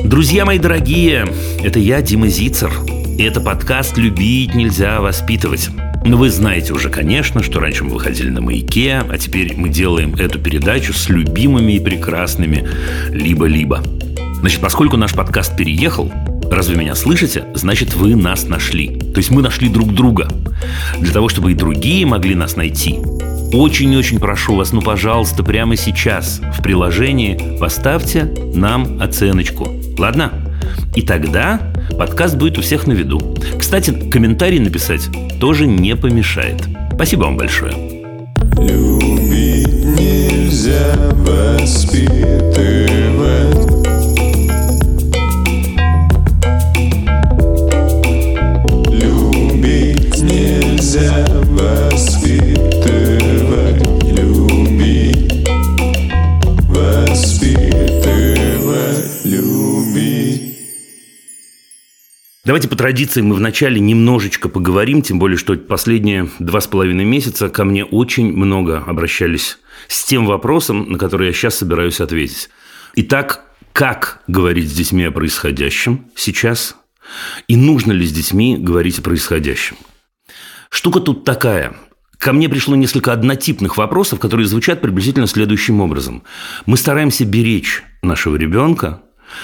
Друзья мои дорогие, это я, Дима Зицер. И это подкаст «Любить нельзя воспитывать». Но вы знаете уже, конечно, что раньше мы выходили на «Маяке», а теперь мы делаем эту передачу с любимыми и прекрасными «Либо-либо». Значит, поскольку наш подкаст переехал, раз вы меня слышите, значит, вы нас нашли. То есть мы нашли друг друга. Для того, чтобы и другие могли нас найти, очень-очень прошу вас, ну, пожалуйста, прямо сейчас в приложении поставьте нам оценочку. Ладно? И тогда подкаст будет у всех на виду. Кстати, комментарий написать тоже не помешает. Спасибо вам большое. Любить нельзя воспитывать. Любить нельзя воспитывать. Любить, воспитывать, любить. Давайте по традиции мы вначале немножечко поговорим, тем более, что последние 2,5 месяца ко мне очень много обращались с тем вопросом, на который я сейчас собираюсь ответить. Итак, как говорить с детьми о происходящем сейчас? И нужно ли с детьми говорить о происходящем? Штука тут такая. Ко мне пришло несколько однотипных вопросов, которые звучат приблизительно следующим образом. Мы стараемся беречь нашего ребенка,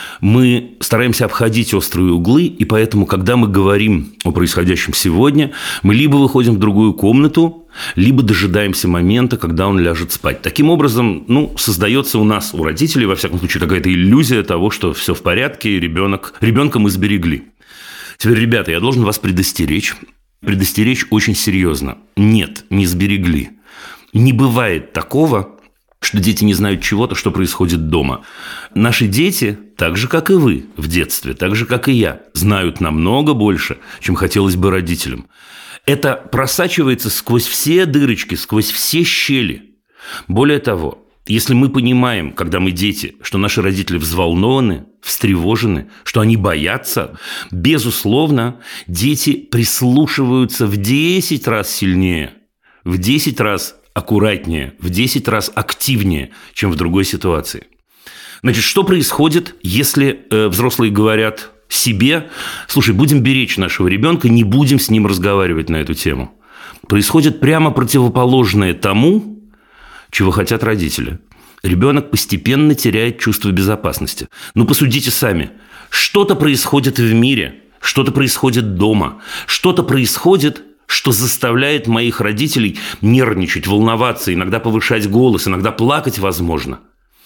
мы стараемся обходить острые углы, и поэтому, когда мы говорим о происходящем сегодня, мы либо выходим в другую комнату, либо дожидаемся момента, когда он ляжет спать. Таким образом, создается у нас, у родителей, во всяком случае, какая-то иллюзия того, что все в порядке, и ребенка мы сберегли. Теперь, ребята, я должен вас предостеречь очень серьезно. Нет, не сберегли. Не бывает такого, что дети не знают чего-то, что происходит дома. Наши дети, так же, как и вы в детстве, так же, как и я, знают намного больше, чем хотелось бы родителям. Это просачивается сквозь все дырочки, сквозь все щели. Более того, если мы понимаем, когда мы дети, что наши родители взволнованы, встревожены, что они боятся, безусловно, дети прислушиваются в 10 раз сильнее, в 10 раз аккуратнее, в 10 раз активнее, чем в другой ситуации. Значит, что происходит, если взрослые говорят себе: слушай, будем беречь нашего ребенка, не будем с ним разговаривать на эту тему? Происходит прямо противоположное тому, чего хотят родители. Ребенок постепенно теряет чувство безопасности. Посудите сами. Что-то происходит в мире, что-то происходит дома, что-то происходит, что заставляет моих родителей нервничать, волноваться, иногда повышать голос, иногда плакать, возможно.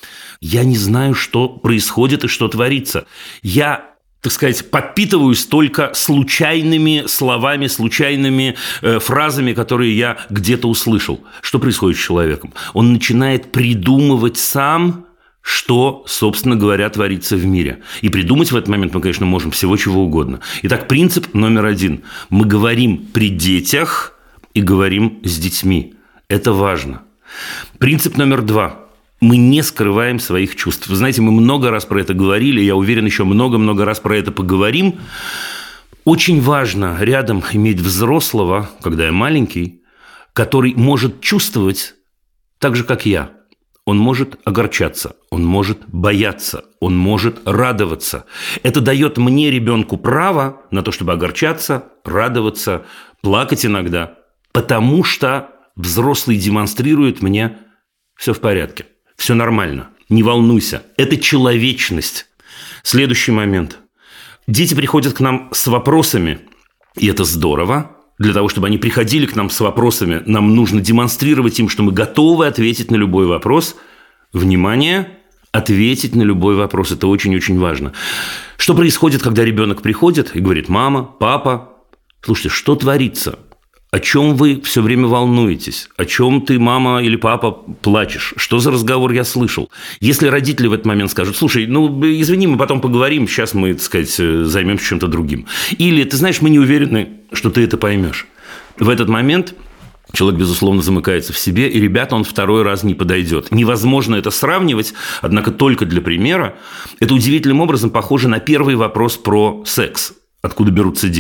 Я не знаю, что происходит и что творится. Я, так сказать, подпитываюсь только случайными словами, случайными фразами, которые я где-то услышал. Что происходит с человеком? Он начинает придумывать сам, что, собственно говоря, творится в мире. И придумать в этот момент мы, конечно, можем всего чего угодно. Итак, принцип номер 1. Мы говорим при детях и говорим с детьми. Это важно. Принцип номер 2. Мы не скрываем своих чувств. Вы знаете, мы много раз про это говорили, я уверен, еще много-много раз про это поговорим. Очень важно рядом иметь взрослого, когда я маленький, который может чувствовать так же, как я. Он может огорчаться, он может бояться, он может радоваться. Это дает мне, ребенку, право на то, чтобы огорчаться, радоваться, плакать иногда, потому что взрослый демонстрирует мне: все в порядке, все нормально, не волнуйся. Это человечность. Следующий момент. Дети приходят к нам с вопросами, и это здорово. Для того, чтобы они приходили к нам с вопросами, нам нужно демонстрировать им, что мы готовы ответить на любой вопрос. Внимание! Ответить на любой вопрос – это очень-очень важно. Что происходит, когда ребенок приходит и говорит: мама, папа, слушайте, что творится? О чем вы все время волнуетесь? О чем ты, мама или папа, плачешь? Что за разговор я слышал? Если родители в этот момент скажут: слушай, извини, мы потом поговорим, сейчас мы, так сказать, займемся чем-то другим. Или, ты знаешь, мы не уверены, что ты это поймешь. В этот момент человек, безусловно, замыкается в себе, и, ребята, он второй раз не подойдет. Невозможно это сравнивать, однако только для примера. Это удивительным образом похоже на первый вопрос про секс. Откуда берутся дети?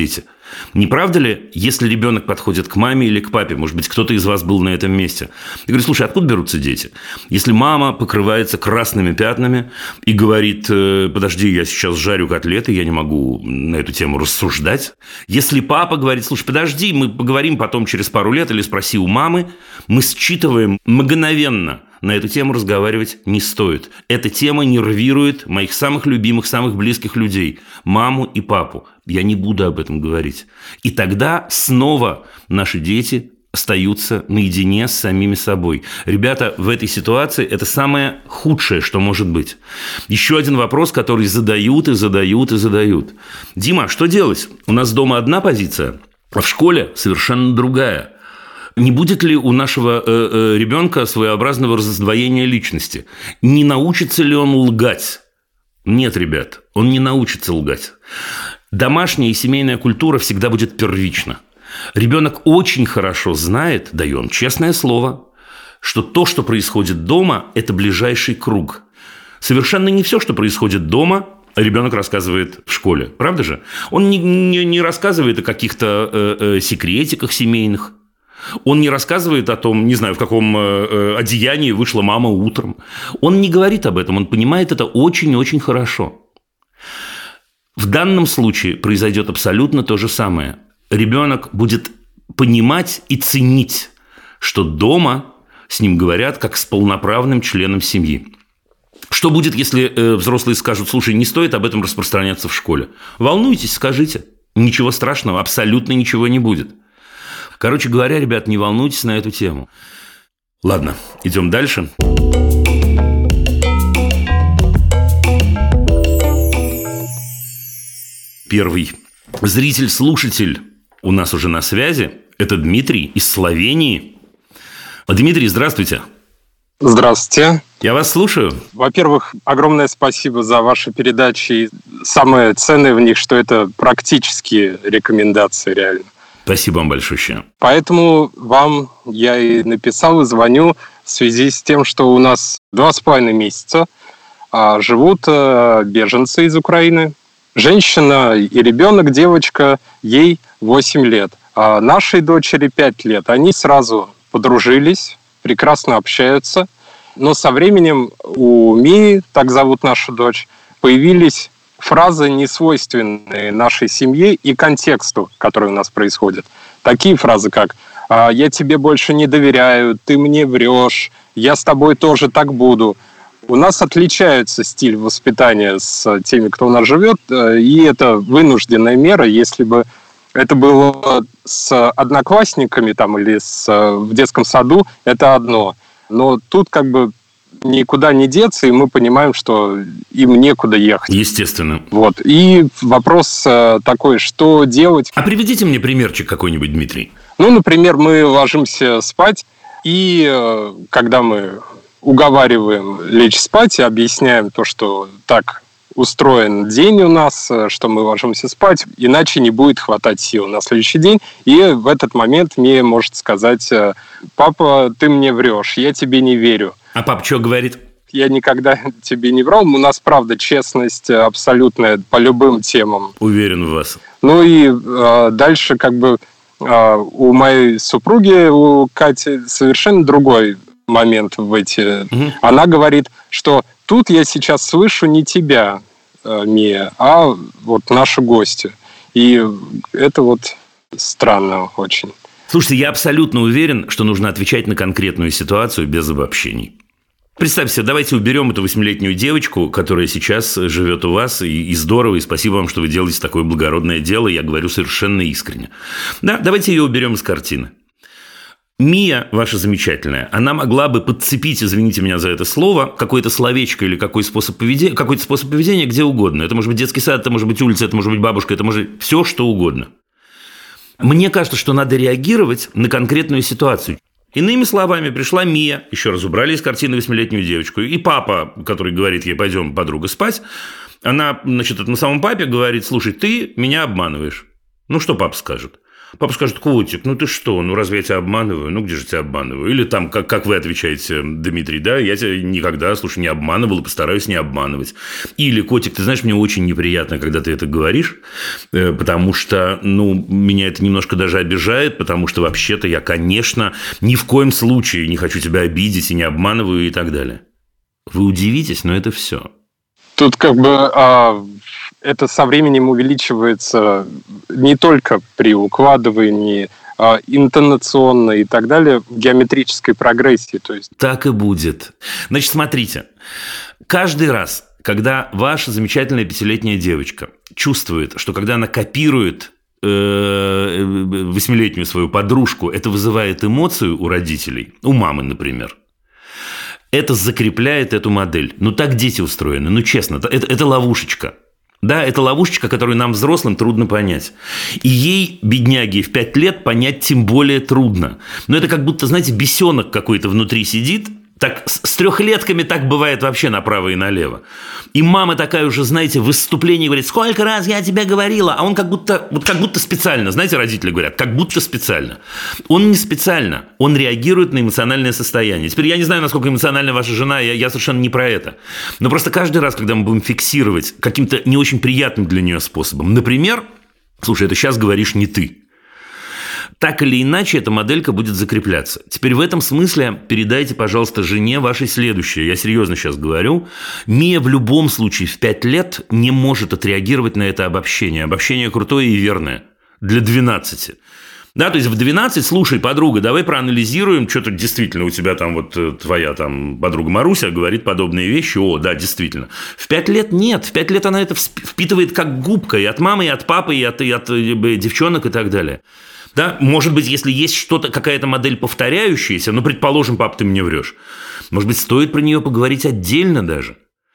Не правда ли, если ребенок подходит к маме или к папе, может быть, кто-то из вас был на этом месте, и говорит: слушай, откуда берутся дети? Если мама покрывается красными пятнами и говорит: подожди, я сейчас жарю котлеты, я не могу на эту тему рассуждать. Если папа говорит: слушай, подожди, мы поговорим потом через пару лет, или спроси у мамы, мы считываем мгновенно. На эту тему разговаривать не стоит. Эта тема нервирует моих самых любимых, самых близких людей, маму и папу. Я не буду об этом говорить. И тогда снова наши дети остаются наедине с самими собой. Ребята, в этой ситуации это самое худшее, что может быть. Еще один вопрос, который задают и задают и задают. Дима, что делать? У нас дома одна позиция, а в школе совершенно другая. Не будет ли у нашего ребенка своеобразного раздвоения личности? Не научится ли он лгать? Нет, ребят, он не научится лгать. Домашняя и семейная культура всегда будет первична. Ребенок очень хорошо знает, даю вам честное слово, что то, что происходит дома, это ближайший круг. Совершенно не все, что происходит дома, ребенок рассказывает в школе. Правда же? Он не рассказывает о каких-то секретиках семейных. Он не рассказывает о том, не знаю, в каком одеянии вышла мама утром. Он не говорит об этом, он понимает это очень-очень хорошо. В данном случае произойдет абсолютно то же самое. Ребенок будет понимать и ценить, что дома с ним говорят как с полноправным членом семьи. Что будет, если взрослые скажут: слушай, не стоит об этом распространяться в школе? Волнуйтесь, скажите. Ничего страшного, абсолютно ничего не будет. Короче говоря, ребят, не волнуйтесь на эту тему. Ладно, идем дальше. Первый зритель-слушатель у нас уже на связи. Это Дмитрий из Словении. Дмитрий, здравствуйте. Здравствуйте. Я вас слушаю. Во-первых, огромное спасибо за ваши передачи. Самое ценное в них, что это практические рекомендации реально. Спасибо вам большое. Поэтому вам я и написал, и звоню в связи с тем, что у нас 2,5 месяца живут беженцы из Украины. Женщина и ребенок, девочка, ей 8 лет. А нашей дочери 5 лет. Они сразу подружились, прекрасно общаются. Но со временем у Мии, так зовут нашу дочь, появились фразы, несвойственные нашей семье и контексту, который у нас происходит. Такие фразы, как «я тебе больше не доверяю», «ты мне врешь», «я с тобой тоже так буду». У нас отличается стиль воспитания с теми, кто у нас живет, и это вынужденная мера. Если бы это было с одноклассниками там, или в детском саду, это одно. Но тут как бы никуда не деться, и мы понимаем, что им некуда ехать. Естественно. Вот. И вопрос такой, что делать? А приведите мне примерчик какой-нибудь, Дмитрий. Ну, например, мы ложимся спать, и когда мы уговариваем лечь спать и объясняем то, что так устроен день у нас, что мы ложимся спать, иначе не будет хватать сил на следующий день. И в этот момент Мия может сказать: «Папа, ты мне врешь, я тебе не верю». А папа что говорит? Я никогда тебе не врал. У нас, правда, честность абсолютная по любым темам. Уверен в вас. Ну и дальше как бы у моей супруги, у Кати, совершенно другой момент в эти. Угу. Она говорит, что тут я сейчас слышу не тебя, Мия, а вот наши гости. И это вот странно очень. Слушайте, я абсолютно уверен, что нужно отвечать на конкретную ситуацию без обобщений. Представьте себе, давайте уберем эту 8-летнюю девочку, которая сейчас живет у вас, и здорово, и спасибо вам, что вы делаете такое благородное дело, я говорю совершенно искренне. Да, давайте ее уберем из картины. Мия ваша замечательная, она могла бы подцепить, извините меня за это слово, какое-то словечко или какой-то способ поведения где угодно. Это может быть детский сад, это может быть улица, это может быть бабушка, это может быть все, что угодно. Мне кажется, что надо реагировать на конкретную ситуацию. Иными словами, пришла Мия, еще раз убрали из картины 8-летнюю девочку, и папа, который говорит ей: пойдем, подруга, спать, она, значит, на самом папе говорит: слушай, ты меня обманываешь. Ну, что папа скажет? Папа скажет: котик, ну ты что, ну разве я тебя обманываю? Ну где же тебя обманываю? Или там, как вы отвечаете, Дмитрий, да, я тебя никогда, слушай, не обманывал и постараюсь не обманывать. Или: котик, ты знаешь, мне очень неприятно, когда ты это говоришь, потому что, ну, меня это немножко даже обижает, потому что вообще-то я, конечно, ни в коем случае не хочу тебя обидеть и не обманываю и так далее. Вы удивитесь, но это все. Тут как бы это со временем увеличивается не только при укладывании, интонационно и так далее, в геометрической прогрессии. То есть... Так и будет. Значит, смотрите. Каждый раз, когда ваша замечательная 5-летняя девочка чувствует, что когда она копирует 8-летнюю свою подружку, это вызывает эмоцию у родителей, у мамы, например, это закрепляет эту модель. Ну, так дети устроены. Ну, честно, это ловушечка. Да, это ловушечка, которую нам, взрослым, трудно понять. И ей, бедняге, в 5 лет понять тем более трудно. Но это как будто, знаете, бесенок какой-то внутри сидит. Так с 3-летками так бывает вообще направо и налево. И мама такая уже, знаете, в выступлении говорит: сколько раз я тебе говорила. А он как будто специально. Знаете, родители говорят, как будто специально. Он не специально. Он реагирует на эмоциональное состояние. Теперь я не знаю, насколько эмоциональна ваша жена. Я совершенно не про это. Но просто каждый раз, когда мы будем фиксировать каким-то не очень приятным для нее способом. Например, слушай, это сейчас говоришь не ты. Так или иначе, эта моделька будет закрепляться. Теперь в этом смысле передайте, пожалуйста, жене вашей следующее. Я серьезно сейчас говорю. Мия в любом случае в 5 лет не может отреагировать на это обобщение. Обобщение крутое и верное. Для 12. Да, то есть в 12, слушай, подруга, давай проанализируем, что-то действительно у тебя там вот твоя там подруга Маруся говорит подобные вещи. О, да, действительно. В 5 лет нет. В 5 лет она это впитывает как губка и от мамы, и от папы, и от девчонок и так далее. Да? Может быть, если есть что-то, какая-то модель повторяющаяся, ну, предположим, пап, ты мне врешь, может быть, стоит про нее поговорить отдельно даже.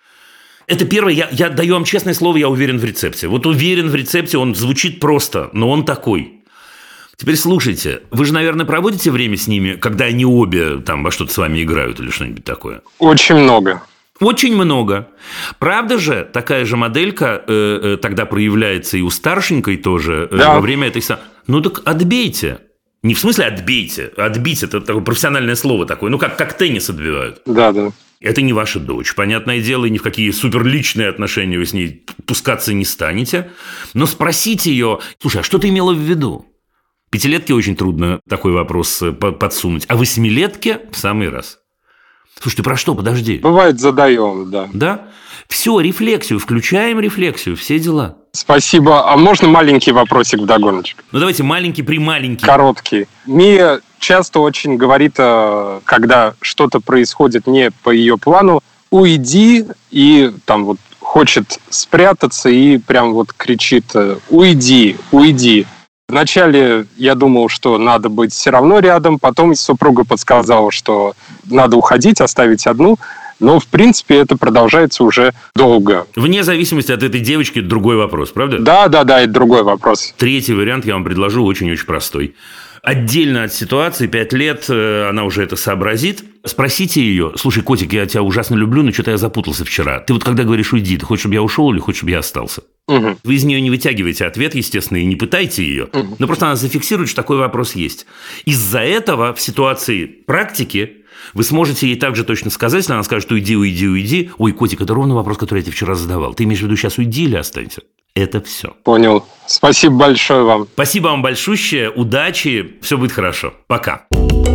Это первое, я даю вам честное слово, я уверен в рецепте. Вот уверен в рецепте, он звучит просто, но он такой. Теперь слушайте, вы же, наверное, проводите время с ними, когда они обе там во что-то с вами играют или что-нибудь такое? Очень много. Очень много. Правда же, такая же моделька тогда проявляется и у старшенькой тоже во время этой... Ну так отбейте. Не в смысле отбейте. Отбить – это такое профессиональное слово такое. Ну, как теннис отбивают. Да. Это не ваша дочь, понятное дело, и ни в какие суперличные отношения вы с ней пускаться не станете. Но спросите ее: слушай, а что ты имела в виду? 5-летке очень трудно такой вопрос подсунуть, а 8-летке в самый раз. Слушай, ты про что? Подожди. Бывает, задаем, да. Да? Все, рефлексию, включаем рефлексию, все дела. Спасибо. А можно маленький вопросик вдогоночку? Ну, давайте маленький-прималенький. Короткий. Мия часто очень говорит, когда что-то происходит не по ее плану: уйди, и там вот хочет спрятаться и прям вот кричит: уйди, уйди. Вначале я думал, что надо быть все равно рядом, потом супруга подсказала, что надо уходить, оставить одну. Но, в принципе, это продолжается уже долго. Вне зависимости от этой девочки, это другой вопрос, правда? Да, это другой вопрос. Третий вариант я вам предложу, очень-очень простой. Отдельно от ситуации, 5 лет, она уже это сообразит. Спросите ее: слушай, котик, я тебя ужасно люблю, но что-то я запутался вчера. Ты вот когда говоришь уйди, ты хочешь, чтобы я ушел или хочешь, чтобы я остался? Угу. Вы из нее не вытягиваете ответ, естественно, и не пытайте ее. Угу. Но просто она зафиксирует, что такой вопрос есть. Из-за этого в ситуации практики вы сможете ей также точно сказать, если она скажет: уйди, уйди, уйди. Ой, котик, это ровно вопрос, который я тебе вчера задавал. Ты имеешь в виду сейчас уйди или останься? Это все. Понял. Спасибо большое вам. Спасибо вам большущее. Удачи. Все будет хорошо. Пока.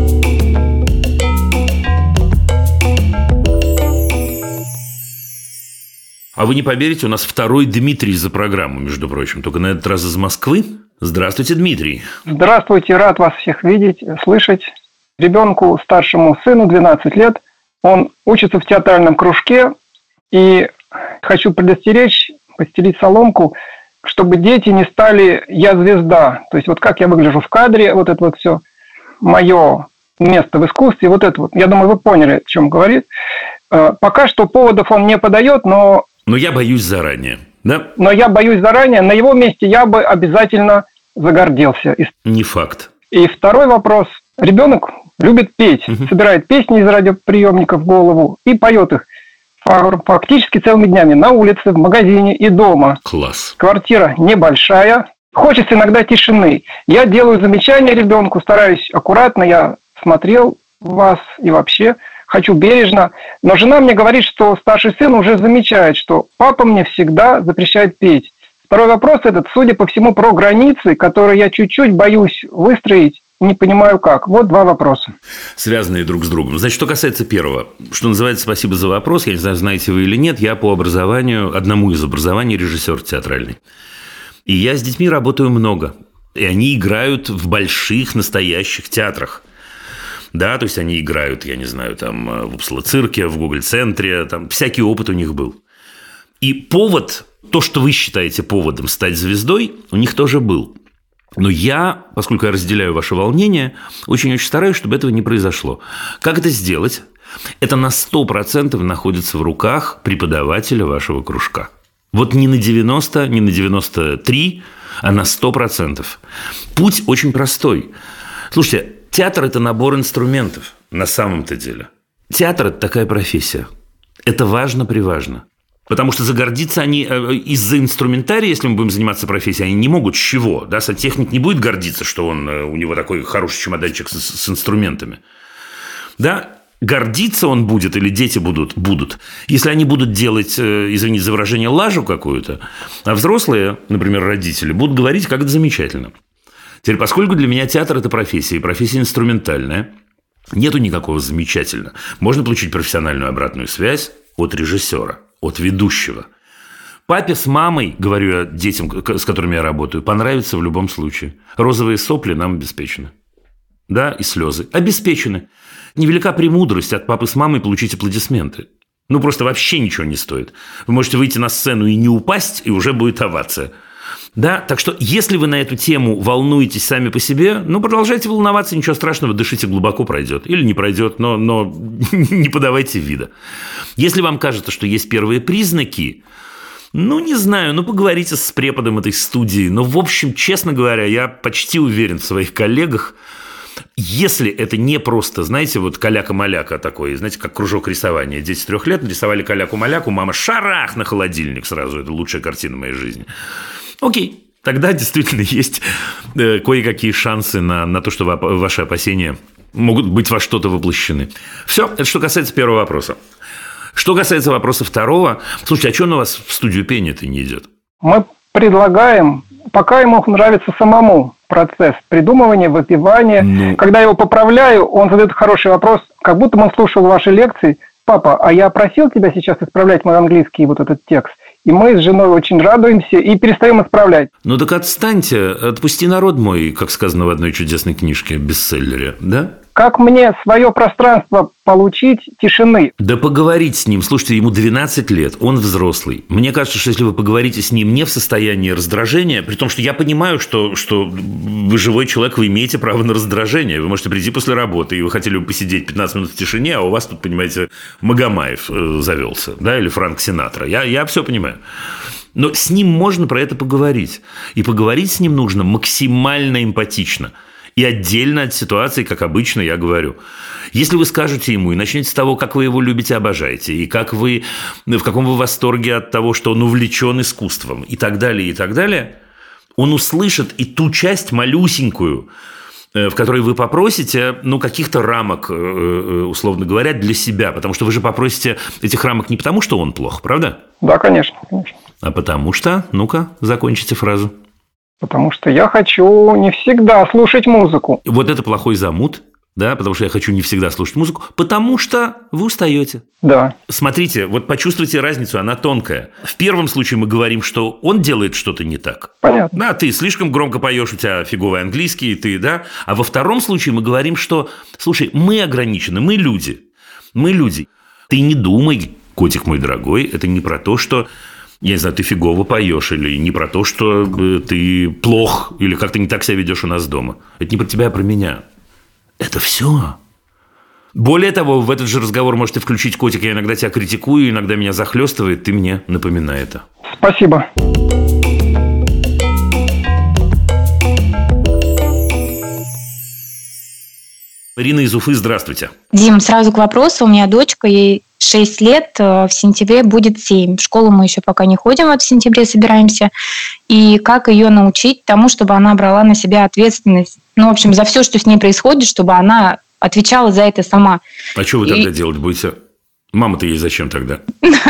А вы не поверите, у нас второй Дмитрий за программу, между прочим. Только на этот раз из Москвы. Здравствуйте, Дмитрий. Здравствуйте. Рад вас всех видеть, слышать. Ребенку, старшему сыну, 12 лет. Он учится в театральном кружке. И хочу предостеречь, постелить соломку, чтобы дети не стали «я звезда». То есть вот как я выгляжу в кадре, вот это вот все, мое место в искусстве, вот это вот. Я думаю, вы поняли, о чем говорит. Пока что поводов он не подает, но... Но я боюсь заранее, да? Но я боюсь заранее. На его месте я бы обязательно загордился. Не факт. И второй вопрос. Ребенок любит петь, собирает песни из радиоприемника в голову и поет их фактически целыми днями на улице, в магазине и дома. Класс. Квартира небольшая, хочется иногда тишины. Я делаю замечания ребенку, стараюсь аккуратно, я смотрел вас и вообще хочу бережно. Но жена мне говорит, что старший сын уже замечает, что папа мне всегда запрещает петь. Второй вопрос этот, судя по всему, про границы, которые я чуть-чуть боюсь выстроить, не понимаю как. Вот два вопроса. Связанные друг с другом. Значит, что касается первого, что называется, спасибо за вопрос, я не знаю, знаете вы или нет, я по образованию, одному из образований режиссер театральный. И я с детьми работаю много. И они играют в больших настоящих театрах. Да, то есть они играют, я не знаю, там в Упсала-цирке, в Гоголь-центре, там всякий опыт у них был. И повод, то, что вы считаете поводом стать звездой, у них тоже был. Но я, поскольку я разделяю ваше волнение, очень-очень стараюсь, чтобы этого не произошло. Как это сделать? Это на 100% находится в руках преподавателя вашего кружка. Вот не на 90, не на 93, а на 100%. Путь очень простой. Слушайте, театр – это набор инструментов на самом-то деле. Театр – это такая профессия. Это важно-приважно. Потому что загордиться они из-за инструментария, если мы будем заниматься профессией, они не могут с чего. Да? Сантехник не будет гордиться, что у него такой хороший чемоданчик с инструментами. Да? Гордиться он будет, или дети будут, если они будут делать, извините за выражение, лажу какую-то, а взрослые, например, родители, будут говорить, как это замечательно. Теперь, поскольку для меня театр – это профессия, и профессия инструментальная, нету никакого замечательно. Можно получить профессиональную обратную связь от режиссера, от ведущего. Папе с мамой, говорю я детям, с которыми я работаю, понравится в любом случае. Розовые сопли нам обеспечены. Да, и слезы. Обеспечены. Невелика премудрость от папы с мамой получить аплодисменты. Ну, просто вообще ничего не стоит. Вы можете выйти на сцену и не упасть, и уже будет овация. Да, так что, если вы на эту тему волнуетесь сами по себе, ну, продолжайте волноваться, ничего страшного, дышите глубоко, пройдет. Или не пройдет, но не подавайте вида. Если вам кажется, что есть первые признаки, ну, не знаю, ну, поговорите с преподом этой студии. Но, в общем, честно говоря, я почти уверен в своих коллегах, если это не просто, знаете, вот каляка-маляка такой, знаете, как кружок рисования. Дети 3 лет нарисовали каляку-маляку, мама шарах на холодильник сразу. Это лучшая картина моей жизни. Окей, тогда действительно есть кое-какие шансы на то, что ваши опасения могут быть во что-то воплощены. Все, это что касается первого вопроса. Что касается вопроса второго, слушайте, а что на вас в студию пения-то не идет? Мы предлагаем, пока ему нравится самому процесс придумывания, выпивания. Когда я его поправляю, он задает хороший вопрос, как будто он слушал ваши лекции. Папа, а я просил тебя сейчас исправлять мой английский вот этот текст. И мы с женой очень радуемся и перестаем исправлять. Ну так отстаньте, отпусти народ мой, как сказано в одной чудесной книжке, бестселлере, да? Как мне свое пространство получить тишины? Да поговорить с ним. Слушайте, ему 12 лет, он взрослый. Мне кажется, что если вы поговорите с ним не в состоянии раздражения, при том, что я понимаю, что вы живой человек, вы имеете право на раздражение. Вы можете прийти после работы, и вы хотели бы посидеть 15 минут в тишине, а у вас тут, понимаете, Магомаев завелся, да, или Франк Синатра. Я все понимаю. Но с ним можно про это поговорить. И поговорить с ним нужно максимально эмпатично. И отдельно от ситуации, как обычно я говорю. Если вы скажете ему и начнете с того, как вы его любите, обожаете, и в каком вы восторге от того, что он увлечен искусством, и так далее, он услышит и ту часть малюсенькую, в которой вы попросите, каких-то рамок, условно говоря, для себя. Потому что вы же попросите этих рамок не потому, что он плох, правда? Да, конечно. А потому что, ну-ка, закончите фразу. Потому что я хочу не всегда слушать музыку. Вот это плохой замут, да, потому что я хочу не всегда слушать музыку, потому что вы устаете. Да. Смотрите, вот почувствуйте разницу, она тонкая. В первом случае мы говорим, что он делает что-то не так. Понятно. Да, ты слишком громко поешь, у тебя фиговый английский, ты, да. А во втором случае мы говорим, что, слушай, мы ограничены, мы люди. Ты не думай, котик мой дорогой, это не про то, что... Я не знаю, ты фигово поешь, или не про то, что ты плох, или как ты не так себя ведешь у нас дома. Это не про тебя, а про меня. Это все. Более того, в этот же разговор можете включить котик. Я иногда тебя критикую, иногда меня захлестывает, ты мне напоминай это. Спасибо. Ирина из Уфы, здравствуйте. Дим, сразу к вопросу. У меня дочка, ей 6 лет, в сентябре будет 7. В школу мы еще пока не ходим, вот в сентябре собираемся. И как ее научить тому, чтобы она брала на себя ответственность, в общем, за все, что с ней происходит, чтобы она отвечала за это сама. А что вы тогда делать будете? Мама-то ей зачем тогда?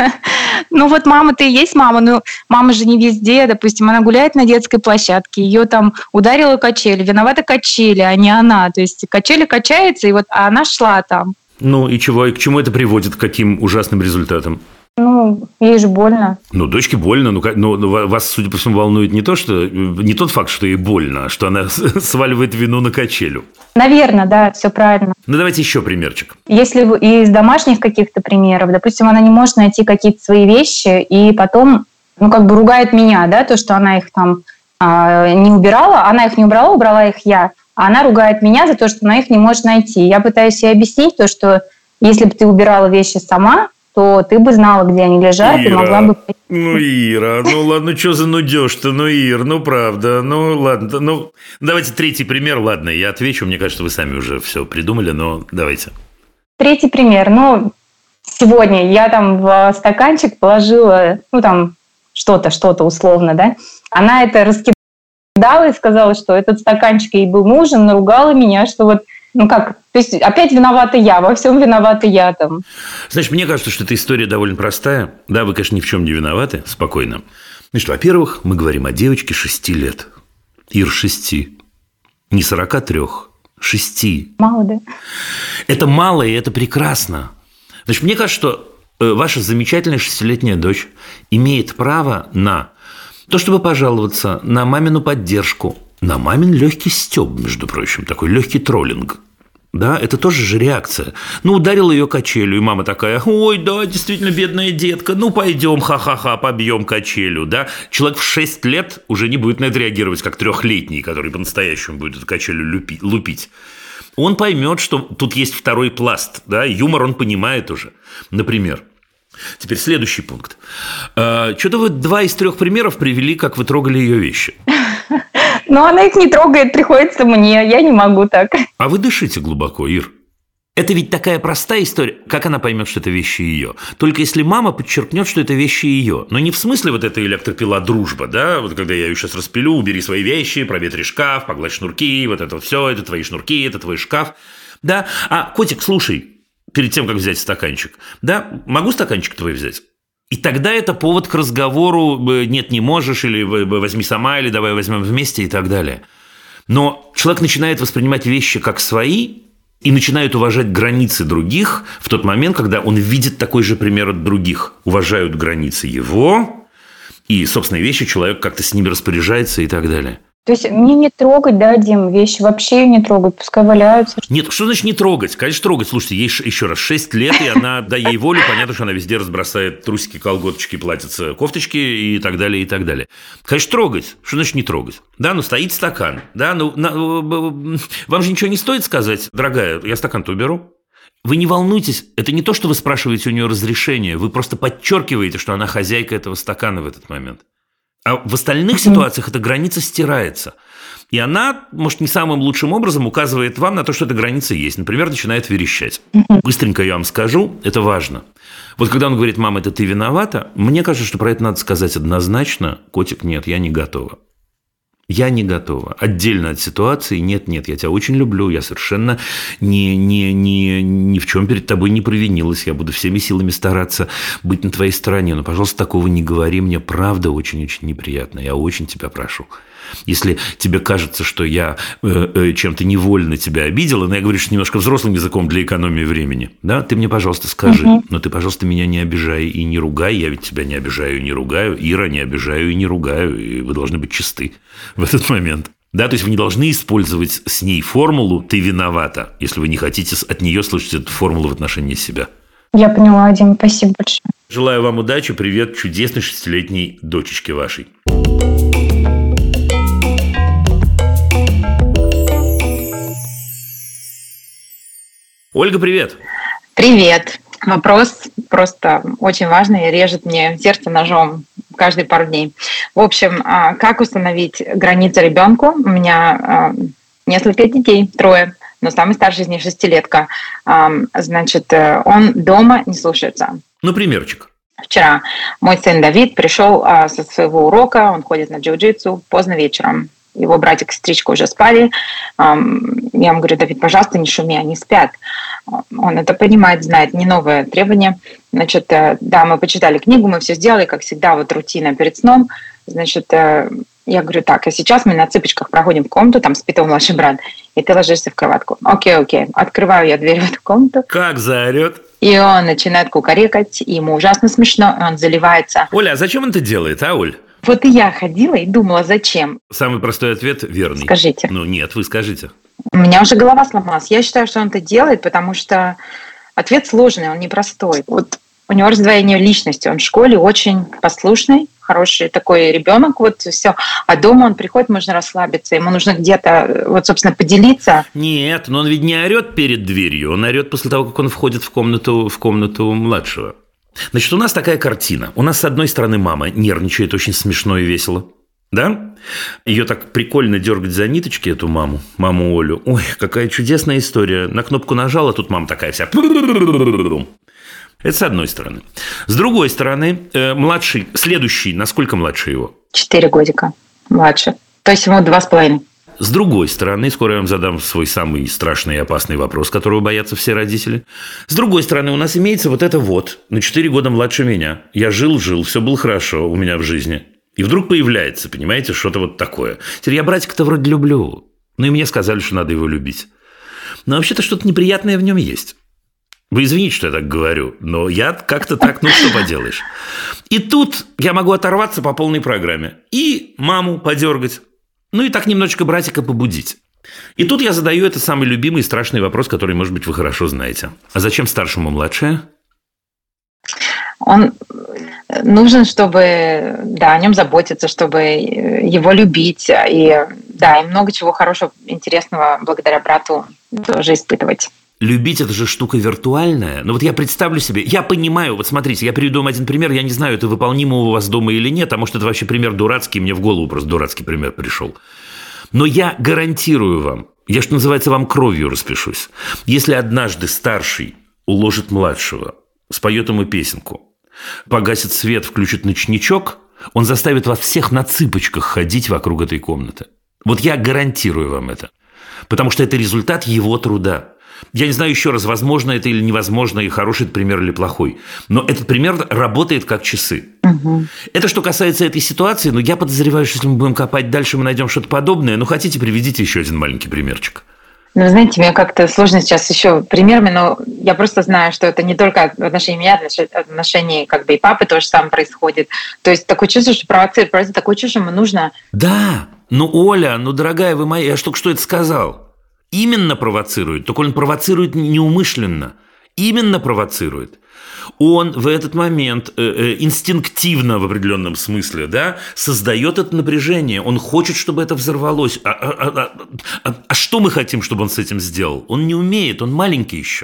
Вот мама-то и есть мама, но мама же не везде. Допустим, она гуляет на детской площадке, ее там ударила качель, виновата качели, а не она. То есть качели качается, а она шла там. Ну и чего? И к чему это приводит? К каким ужасным результатам? Ей же больно. Дочке больно. Но вас, судя по всему, волнует не тот факт, что ей больно, а что она сваливает вину на качелю. Наверное, да, все правильно. Давайте еще примерчик. Если из домашних каких-то примеров, допустим, она не может найти какие-то свои вещи и потом, ругает меня, да, то, что она их там не убирала, она их не убрала, убрала их я, а она ругает меня за то, что она их не может найти. Я пытаюсь ей объяснить то, что если бы ты убирала вещи сама, то ты бы знала, где они лежат, и могла бы... Ира, ладно, что за нудёж-то, Ир, правда, ладно, давайте третий пример, ладно, я отвечу, мне кажется, вы сами уже все придумали, но давайте. Третий пример, сегодня я там в стаканчик положила, что-то условно, да, она это раскидала и сказала, что этот стаканчик ей был нужен, наругала меня, что то есть опять виновата я, во всем виновата я там. Значит, мне кажется, что эта история довольно простая. Да, вы, конечно, ни в чем не виноваты, спокойно. Значит, во-первых, мы говорим о девочке 6 лет. Ир, 6. Не 43, 6. Мало, да? Это мало, и это прекрасно. Значит, мне кажется, что ваша замечательная 6-летняя дочь имеет право на то, чтобы пожаловаться на мамину поддержку, на мамин легкий стёб, между прочим, такой легкий троллинг. Да, это тоже же реакция. Ударила ее качелю, и мама такая: ой, да, действительно, бедная детка, пойдем, ха-ха-ха, побьем качелю, да. Человек в 6 лет уже не будет на это реагировать, как 3-летний, который по-настоящему будет эту качелю лупить. Он поймет, что тут есть второй пласт, да, юмор он понимает уже, например. Теперь следующий пункт. Что-то вы 2 из 3 примеров привели, как вы трогали ее вещи. Она их не трогает, приходится мне, я не могу так. А вы дышите глубоко, Ир. Это ведь такая простая история. Как она поймет, что это вещи ее? Только если мама подчеркнет, что это вещи ее. Но не в смысле эта электропила дружба, да? Когда я ее сейчас распилю, убери свои вещи, проветри шкаф, погладь шнурки, это все, это твои шнурки, это твой шкаф. Да? А, котик, слушай, перед тем, как взять стаканчик, да, могу стаканчик твой взять? И тогда это повод к разговору: нет, не можешь, или возьми сама, или давай возьмем вместе, и так далее. Но человек начинает воспринимать вещи как свои и начинает уважать границы других в тот момент, когда он видит такой же пример от других. Уважают границы его, и собственные вещи человек как-то с ними распоряжается и так далее. То есть мне не трогать, да, Дим, вещи вообще не трогать, пускай валяются. Нет, что значит не трогать? Конечно, трогать. Слушайте, ей еще раз 6 лет, и она, дай ей волю, понятно, что она везде разбросает трусики, колготочки, платьица, кофточки и так далее, и так далее. Конечно, трогать. Что значит не трогать? Да, стоит стакан. Да, вам же ничего не стоит сказать: дорогая, я стакан-то уберу. Вы не волнуйтесь, это не то, что вы спрашиваете у нее разрешения, вы просто подчеркиваете, что она хозяйка этого стакана в этот момент. А в остальных ситуациях эта граница стирается. И она, может, не самым лучшим образом указывает вам на то, что эта граница есть. Например, начинает верещать. Быстренько я вам скажу, это важно. Когда он говорит: мама, это ты виновата, мне кажется, что про это надо сказать однозначно: котик, нет, я не готова. Я не готова. Отдельно от ситуации: нет, я тебя очень люблю, я совершенно ни в чем перед тобой не провинилась, я буду всеми силами стараться быть на твоей стороне, но, пожалуйста, такого не говори, мне правда очень-очень неприятно, я очень тебя прошу. Если тебе кажется, что я чем-то невольно тебя обидела, но я говорю немножко взрослым языком для экономии времени, да, ты мне, пожалуйста, скажи, но ты, пожалуйста, меня не обижай и не ругай, я ведь тебя не обижаю и не ругаю, Ира, не обижаю и не ругаю, и вы должны быть чисты в этот момент. Да, то есть вы не должны использовать с ней формулу «ты виновата», если вы не хотите от нее слышать эту формулу в отношении себя. Я поняла, Дим, спасибо большое. Желаю вам удачи, привет чудесной 6-летней дочечке вашей. Ольга, привет. Привет. Вопрос просто очень важный, режет мне сердце ножом каждые пару дней. В общем, как установить границы ребенку? У меня несколько детей, 3. но самый старший из них 6-летка. Значит, он дома не слушается. Ну, примерчик. Вчера мой сын Давид пришел со своего урока, он ходит на джиу-джитсу поздно вечером. Его братик и сестричка уже спали. Я ему говорю: Давид, пожалуйста, не шуми, они спят. Он это понимает, знает, не новое требование. Значит, да, мы почитали книгу, мы все сделали, как всегда, вот рутина перед сном. Значит, я говорю: так, а сейчас мы на цыпочках проходим в комнату, там спит его младший брат, и ты ложишься в кроватку. Окей. Открываю я дверь в эту комнату. Как заорет. И он начинает кукарекать, и ему ужасно смешно, и он заливается. Оля, а зачем он это делает, а, Оль? Вот и я ходила и думала, зачем. Самый простой ответ верный. Скажите. Ну, нет, вы скажите. У меня уже голова сломалась. Я считаю, что он это делает, потому что ответ сложный, он непростой. Вот у него раздвоение личности. Он в школе очень послушный, хороший такой ребенок, вот все. А дома он приходит, можно расслабиться, ему нужно где-то, вот, собственно, поделиться. Нет, но он ведь не орет перед дверью, он орет после того, как он входит в комнату младшего. Значит, у нас такая картина. У нас, с одной стороны, мама нервничает очень смешно и весело. Да? Ее так прикольно дергать за ниточки, эту маму Олю. Ой, какая чудесная история. На кнопку нажала, тут мама такая вся. Это с одной стороны. С другой стороны, младший, следующий, насколько младше его? 4 годика младше. То есть ему 2,5. С другой стороны, скоро я вам задам свой самый страшный и опасный вопрос, которого боятся все родители. С другой стороны, у нас имеется вот это вот, на 4 года младше меня. Я жил, все было хорошо у меня в жизни. И вдруг появляется, понимаете, что-то вот такое. Теперь я братика-то вроде люблю, но и мне сказали, что надо его любить. Но вообще-то что-то неприятное в нем есть. Вы извините, что я так говорю, но я как-то так, ну что поделаешь. И тут я могу оторваться по полной программе и маму подергать. Ну и так немножечко братика побудить. И тут я задаю этот самый любимый и страшный вопрос, который, может быть, вы хорошо знаете. А зачем старшему младшее? Он нужен, чтобы, да, о нем заботиться, чтобы его любить. И, да, и много чего хорошего, интересного благодаря брату тоже испытывать. Любить – это же штука виртуальная. Но вот я представлю себе, я понимаю, вот смотрите, я приведу вам один пример, я не знаю, это выполнимо у вас дома или нет, а может, это вообще пример дурацкий, мне в голову просто дурацкий пример пришел. Но я гарантирую вам, я, что называется, вам кровью распишусь, если однажды старший уложит младшего, споет ему песенку, погасит свет, включит ночничок, он заставит вас всех на цыпочках ходить вокруг этой комнаты. Вот я гарантирую вам это, потому что это результат его труда. Я не знаю еще раз, возможно это или невозможно, и хороший это пример или плохой. Но этот пример работает как часы. Угу. Это что касается этой ситуации, но я подозреваю, что если мы будем копать дальше, мы найдем что-то подобное. Ну, хотите, приведите еще один маленький примерчик. Ну, знаете, мне как-то сложно сейчас еще примерами, но я просто знаю, что это не только в отношении меня, в отношении как бы и папы тоже самое происходит. То есть такое чувство, что провоцирует, такое чувство, что ему нужно... Да, ну, Оля, ну, дорогая вы моя, я ж только что это сказал. Именно провоцирует, только он провоцирует неумышленно. Именно провоцирует. Он в этот момент инстинктивно, в определенном смысле, да, создает это напряжение. Он хочет, чтобы это взорвалось. А что мы хотим, чтобы он с этим сделал? Он не умеет, он маленький еще.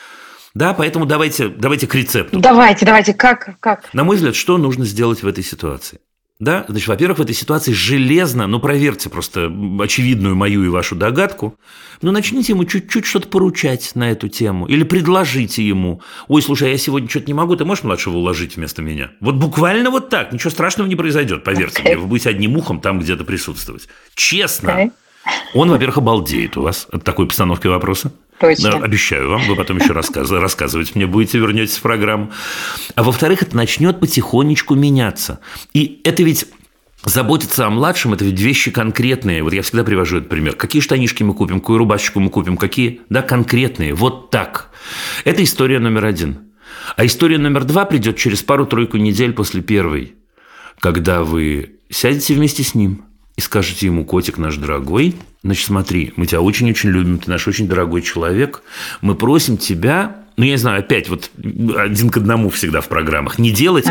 Да, поэтому давайте к рецепту. Давайте, как? На мой взгляд, что нужно сделать в этой ситуации? Да, значит, во-первых, в этой ситуации железно, ну, проверьте просто очевидную мою и вашу догадку, ну, начните ему чуть-чуть что-то поручать на эту тему или предложите ему: ой, слушай, я сегодня что-то не могу, ты можешь младшего уложить вместо меня? Вот буквально вот так, ничего страшного не произойдет, поверьте мне, вы будете одним ухом там где-то присутствовать. Честно. Он, во-первых, обалдеет у вас от такой постановки вопроса. Точно. Обещаю вам, вы потом еще рассказывать мне будете, вернетесь в программу. А во-вторых, это начнет потихонечку меняться. И это ведь заботиться о младшем – это ведь вещи конкретные. Вот я всегда привожу этот пример. Какие штанишки мы купим, какую рубашечку мы купим, какие, да, конкретные. Вот так. Это история номер 1. А история номер 2 придет через пару-тройку недель после первой, когда вы сядете вместе с ним и скажете ему: котик наш дорогой, значит, смотри, мы тебя очень-очень любим, ты наш очень дорогой человек, мы просим тебя, ну, я не знаю, опять вот 1 к 1 всегда в программах, не делать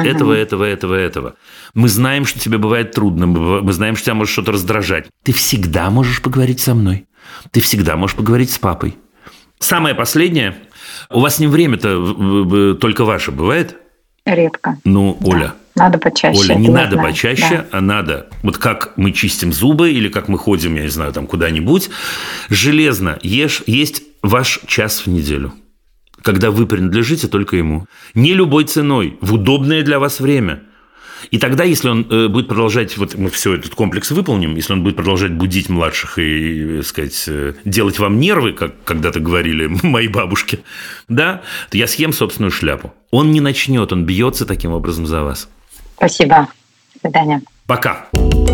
этого. Мы знаем, что тебе бывает трудно, мы знаем, что тебя может что-то раздражать. Ты всегда можешь поговорить со мной, ты всегда можешь поговорить с папой. Самое последнее, у вас с ним время-то только ваше бывает? Редко. Ну, Оля, Надо почаще. Оля, не надо знаю. почаще, а надо, вот как мы чистим зубы или как мы ходим, я не знаю, там куда-нибудь, железно есть ваш час в неделю, когда вы принадлежите только ему. Не любой ценой, в удобное для вас время. И тогда, если он будет продолжать, вот мы все этот комплекс выполним, если он будет продолжать будить младших и, сказать, делать вам нервы, как когда-то говорили мои бабушки, да, то я съем собственную шляпу. Он не начнет, он бьется таким образом за вас. Спасибо. До свидания. Пока.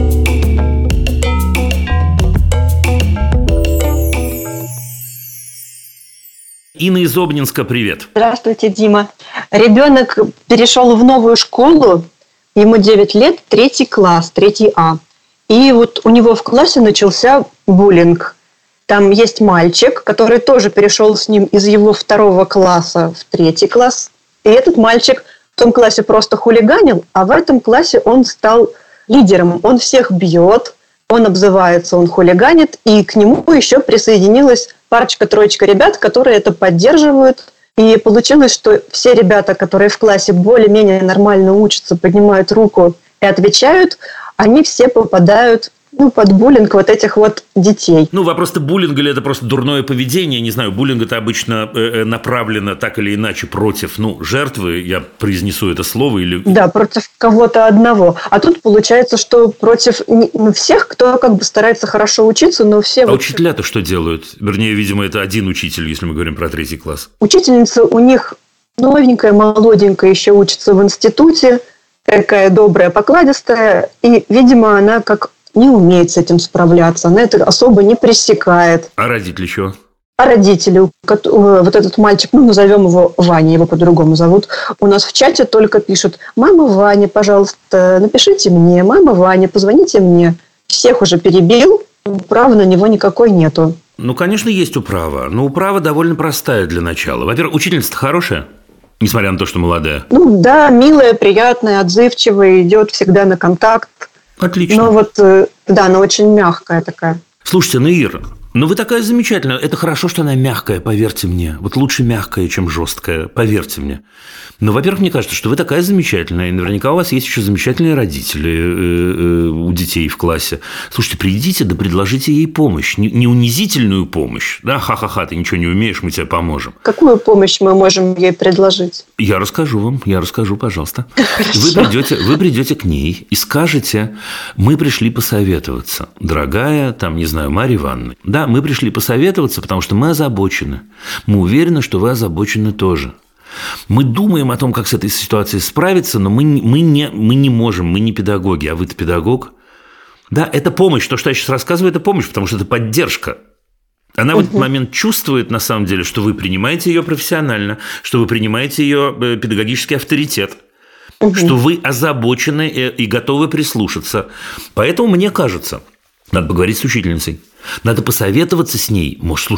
Инна из Обнинска, привет. Здравствуйте, Дима. Ребенок перешел в новую школу, ему 9 лет, 3 класс, 3 А. И вот у него в классе начался буллинг. Там есть мальчик, который тоже перешел с ним из его 2 класса в 3 класс. И этот мальчик в том классе просто хулиганил, а в этом классе он стал лидером. Он всех бьет, он обзывается, он хулиганит, и к нему еще присоединилась парочка-троечка ребят, которые это поддерживают. И получилось, что все ребята, которые в классе более-менее нормально учатся, поднимают руку и отвечают, они все попадают под буллинг вот этих вот детей. Вопрос-то буллинг или это просто дурное поведение, не знаю, буллинг это обычно направлено так или иначе против, жертвы, я произнесу это слово или... Да, против кого-то одного. А тут получается, что против всех, кто как бы старается хорошо учиться, но все... А учителя-то что делают? Вернее, видимо, это один учитель, если мы говорим про 3 класс. Учительница у них новенькая, молоденькая, еще учится в институте, такая добрая, покладистая, и, видимо, она как... не умеет с этим справляться, она это особо не пресекает. А родители что? А родители, вот этот мальчик, назовем его Ваня, его по-другому зовут, у нас в чате только пишут: «Мама Ваня, пожалуйста, напишите мне, мама Ваня, позвоните мне». Всех уже перебил, права на него никакой нету. Конечно, есть управа, но управа довольно простая для начала. Во-первых, учительница-то хорошая, несмотря на то, что молодая. Да, милая, приятная, отзывчивая, идет всегда на контакт. Отлично. Но она очень мягкая такая. Слушайте, Ира, вы такая замечательная. Это хорошо, что она мягкая, поверьте мне. Вот лучше мягкая, чем жесткая, поверьте мне. Но, во-первых, мне кажется, что вы такая замечательная, и наверняка у вас есть еще замечательные родители у детей в классе. Слушайте, придите, да предложите ей помощь. Не унизительную помощь. Да, ха-ха-ха, ты ничего не умеешь, мы тебе поможем. Какую помощь мы можем ей предложить? Я расскажу, пожалуйста. Вы придете к ней и скажете: мы пришли посоветоваться, дорогая, Марья Ивановна. Да, мы пришли посоветоваться, потому что мы озабочены. Мы уверены, что вы озабочены тоже. Мы думаем о том, как с этой ситуацией справиться, но мы не можем, мы не педагоги, а вы-то педагог. Да, это помощь, то, что я сейчас рассказываю, это помощь, потому что это поддержка. Она в этот момент чувствует, на самом деле, что вы принимаете ее профессионально, что вы принимаете ее педагогический авторитет, что вы озабочены и готовы прислушаться. Поэтому, мне кажется, надо поговорить с учительницей. Надо посоветоваться с ней. Может,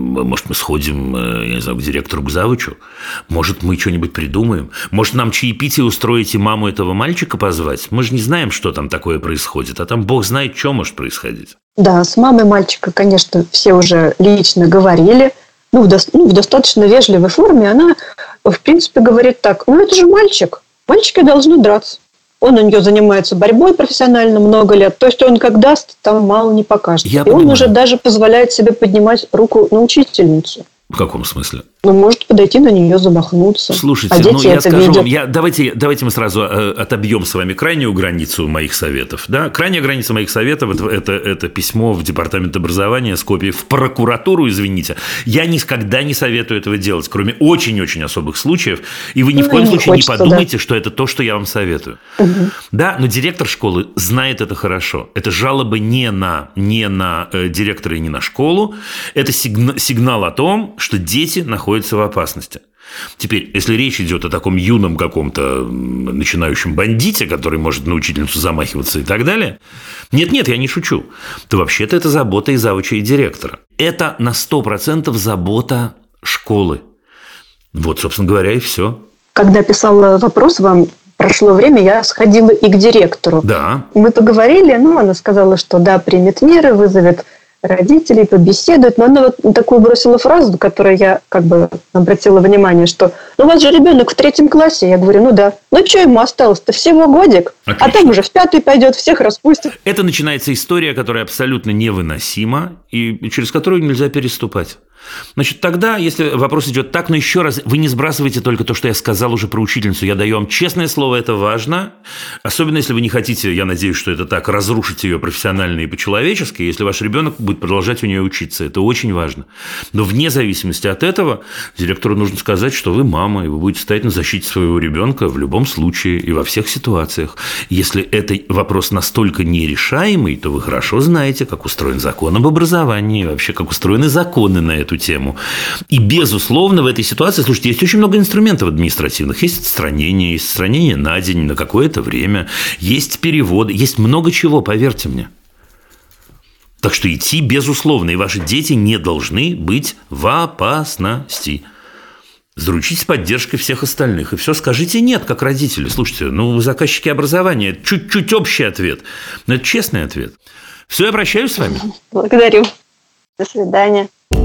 мы сходим, я не знаю, к директору, к завучу. Может, мы что-нибудь придумаем. Может, нам чаепитие устроить и маму этого мальчика позвать. Мы же не знаем, что там такое происходит. А там бог знает, что может происходить. Да, с мамой мальчика, конечно, все уже лично говорили. В достаточно вежливой форме. Она, в принципе, говорит так: это же мальчик. Мальчики должны драться. Он у нее занимается борьбой профессионально много лет. То есть он как даст, там мало не покажет. Он уже даже позволяет себе поднимать руку на учительницу. В каком смысле? Может подойти на нее, замахнуться. Слушайте, я скажу вам, давайте мы сразу отобьем с вами крайнюю границу моих советов. Да? Крайняя граница моих советов – это письмо в департамент образования с копией в прокуратуру, извините. Я никогда не советую этого делать, кроме очень-очень особых случаев. И вы ни в коем случае не подумайте, что это то, что я вам советую. Да, но директор школы знает это хорошо. Это жалобы не на директора и не на школу. Это сигнал о том, что дети находятся в опасности. Теперь, если речь идет о таком юном каком-то начинающем бандите, который может на учительницу замахиваться и так далее, нет, я не шучу, то вообще-то это забота и завуча, и директора. Это на 100% забота школы. Вот, собственно говоря, и все. Когда писала вопрос вам, прошло время, я сходила и к директору. Да. Мы поговорили, она сказала, что да, примет меры, вызовет родителей, побеседуют. Но она вот такую бросила фразу, которую я как бы обратила внимание, что у вас же ребенок в 3 классе. Я говорю, ну да. Ну что ему осталось-то? Всего годик. Отлично. А там уже в 5 пойдет, всех распустит. Это начинается история, которая абсолютно невыносима и через которую нельзя переступать. Значит, тогда, если вопрос идет так, но еще раз, вы не сбрасывайте только то, что я сказал уже про учительницу. Я даю вам честное слово, это важно. Особенно, если вы не хотите, я надеюсь, что это так, разрушить ее профессионально и по-человечески, если ваш ребенок будет продолжать у нее учиться. Это очень важно. Но вне зависимости от этого, директору нужно сказать, что вы мама, и вы будете стоять на защите своего ребенка в любом случае и во всех ситуациях. Если это вопрос настолько нерешаемый, то вы хорошо знаете, как устроен закон об образовании, вообще, как устроены законы на эту тему. И, безусловно, в этой ситуации, слушайте, есть очень много инструментов административных. Есть отстранение на день, на какое-то время, есть переводы, есть много чего, поверьте мне. Так что идти, безусловно, и ваши дети не должны быть в опасности. Заручитесь поддержкой всех остальных. И все, скажите «нет», как родители. Слушайте, ну, вы заказчики образования. Это чуть-чуть общий ответ. Но это честный ответ. Все, я прощаюсь с вами. Благодарю. До свидания.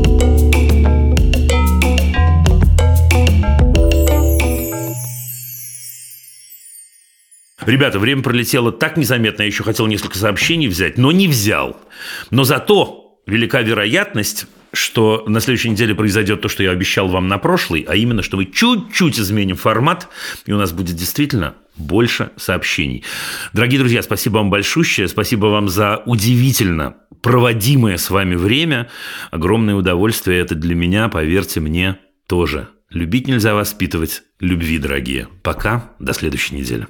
Ребята, время пролетело так незаметно, я еще хотел несколько сообщений взять, но не взял. Но зато велика вероятность, что на следующей неделе произойдет то, что я обещал вам на прошлой, а именно, что мы чуть-чуть изменим формат, и у нас будет действительно больше сообщений. Дорогие друзья, спасибо вам большущее, спасибо вам за удивительно проводимое с вами время. Огромное удовольствие это для меня, поверьте мне, тоже. Любить нельзя воспитывать. Любви, дорогие. Пока, до следующей недели.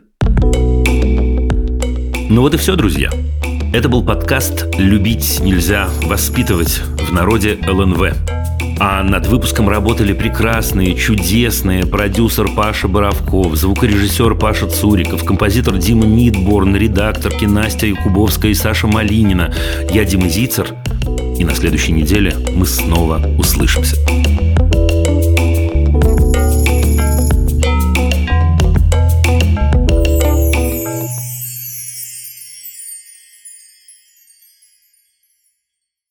Ну вот и все, друзья. Это был подкаст «Любить нельзя воспитывать», в народе ЛНВ. А над выпуском работали прекрасные, чудесные продюсер Паша Боровков, звукорежиссер Паша Цуриков, композитор Дима Нидборн, редакторки Настя Якубовская и Саша Малинина. Я Дима Зицер. И на следующей неделе мы снова услышимся.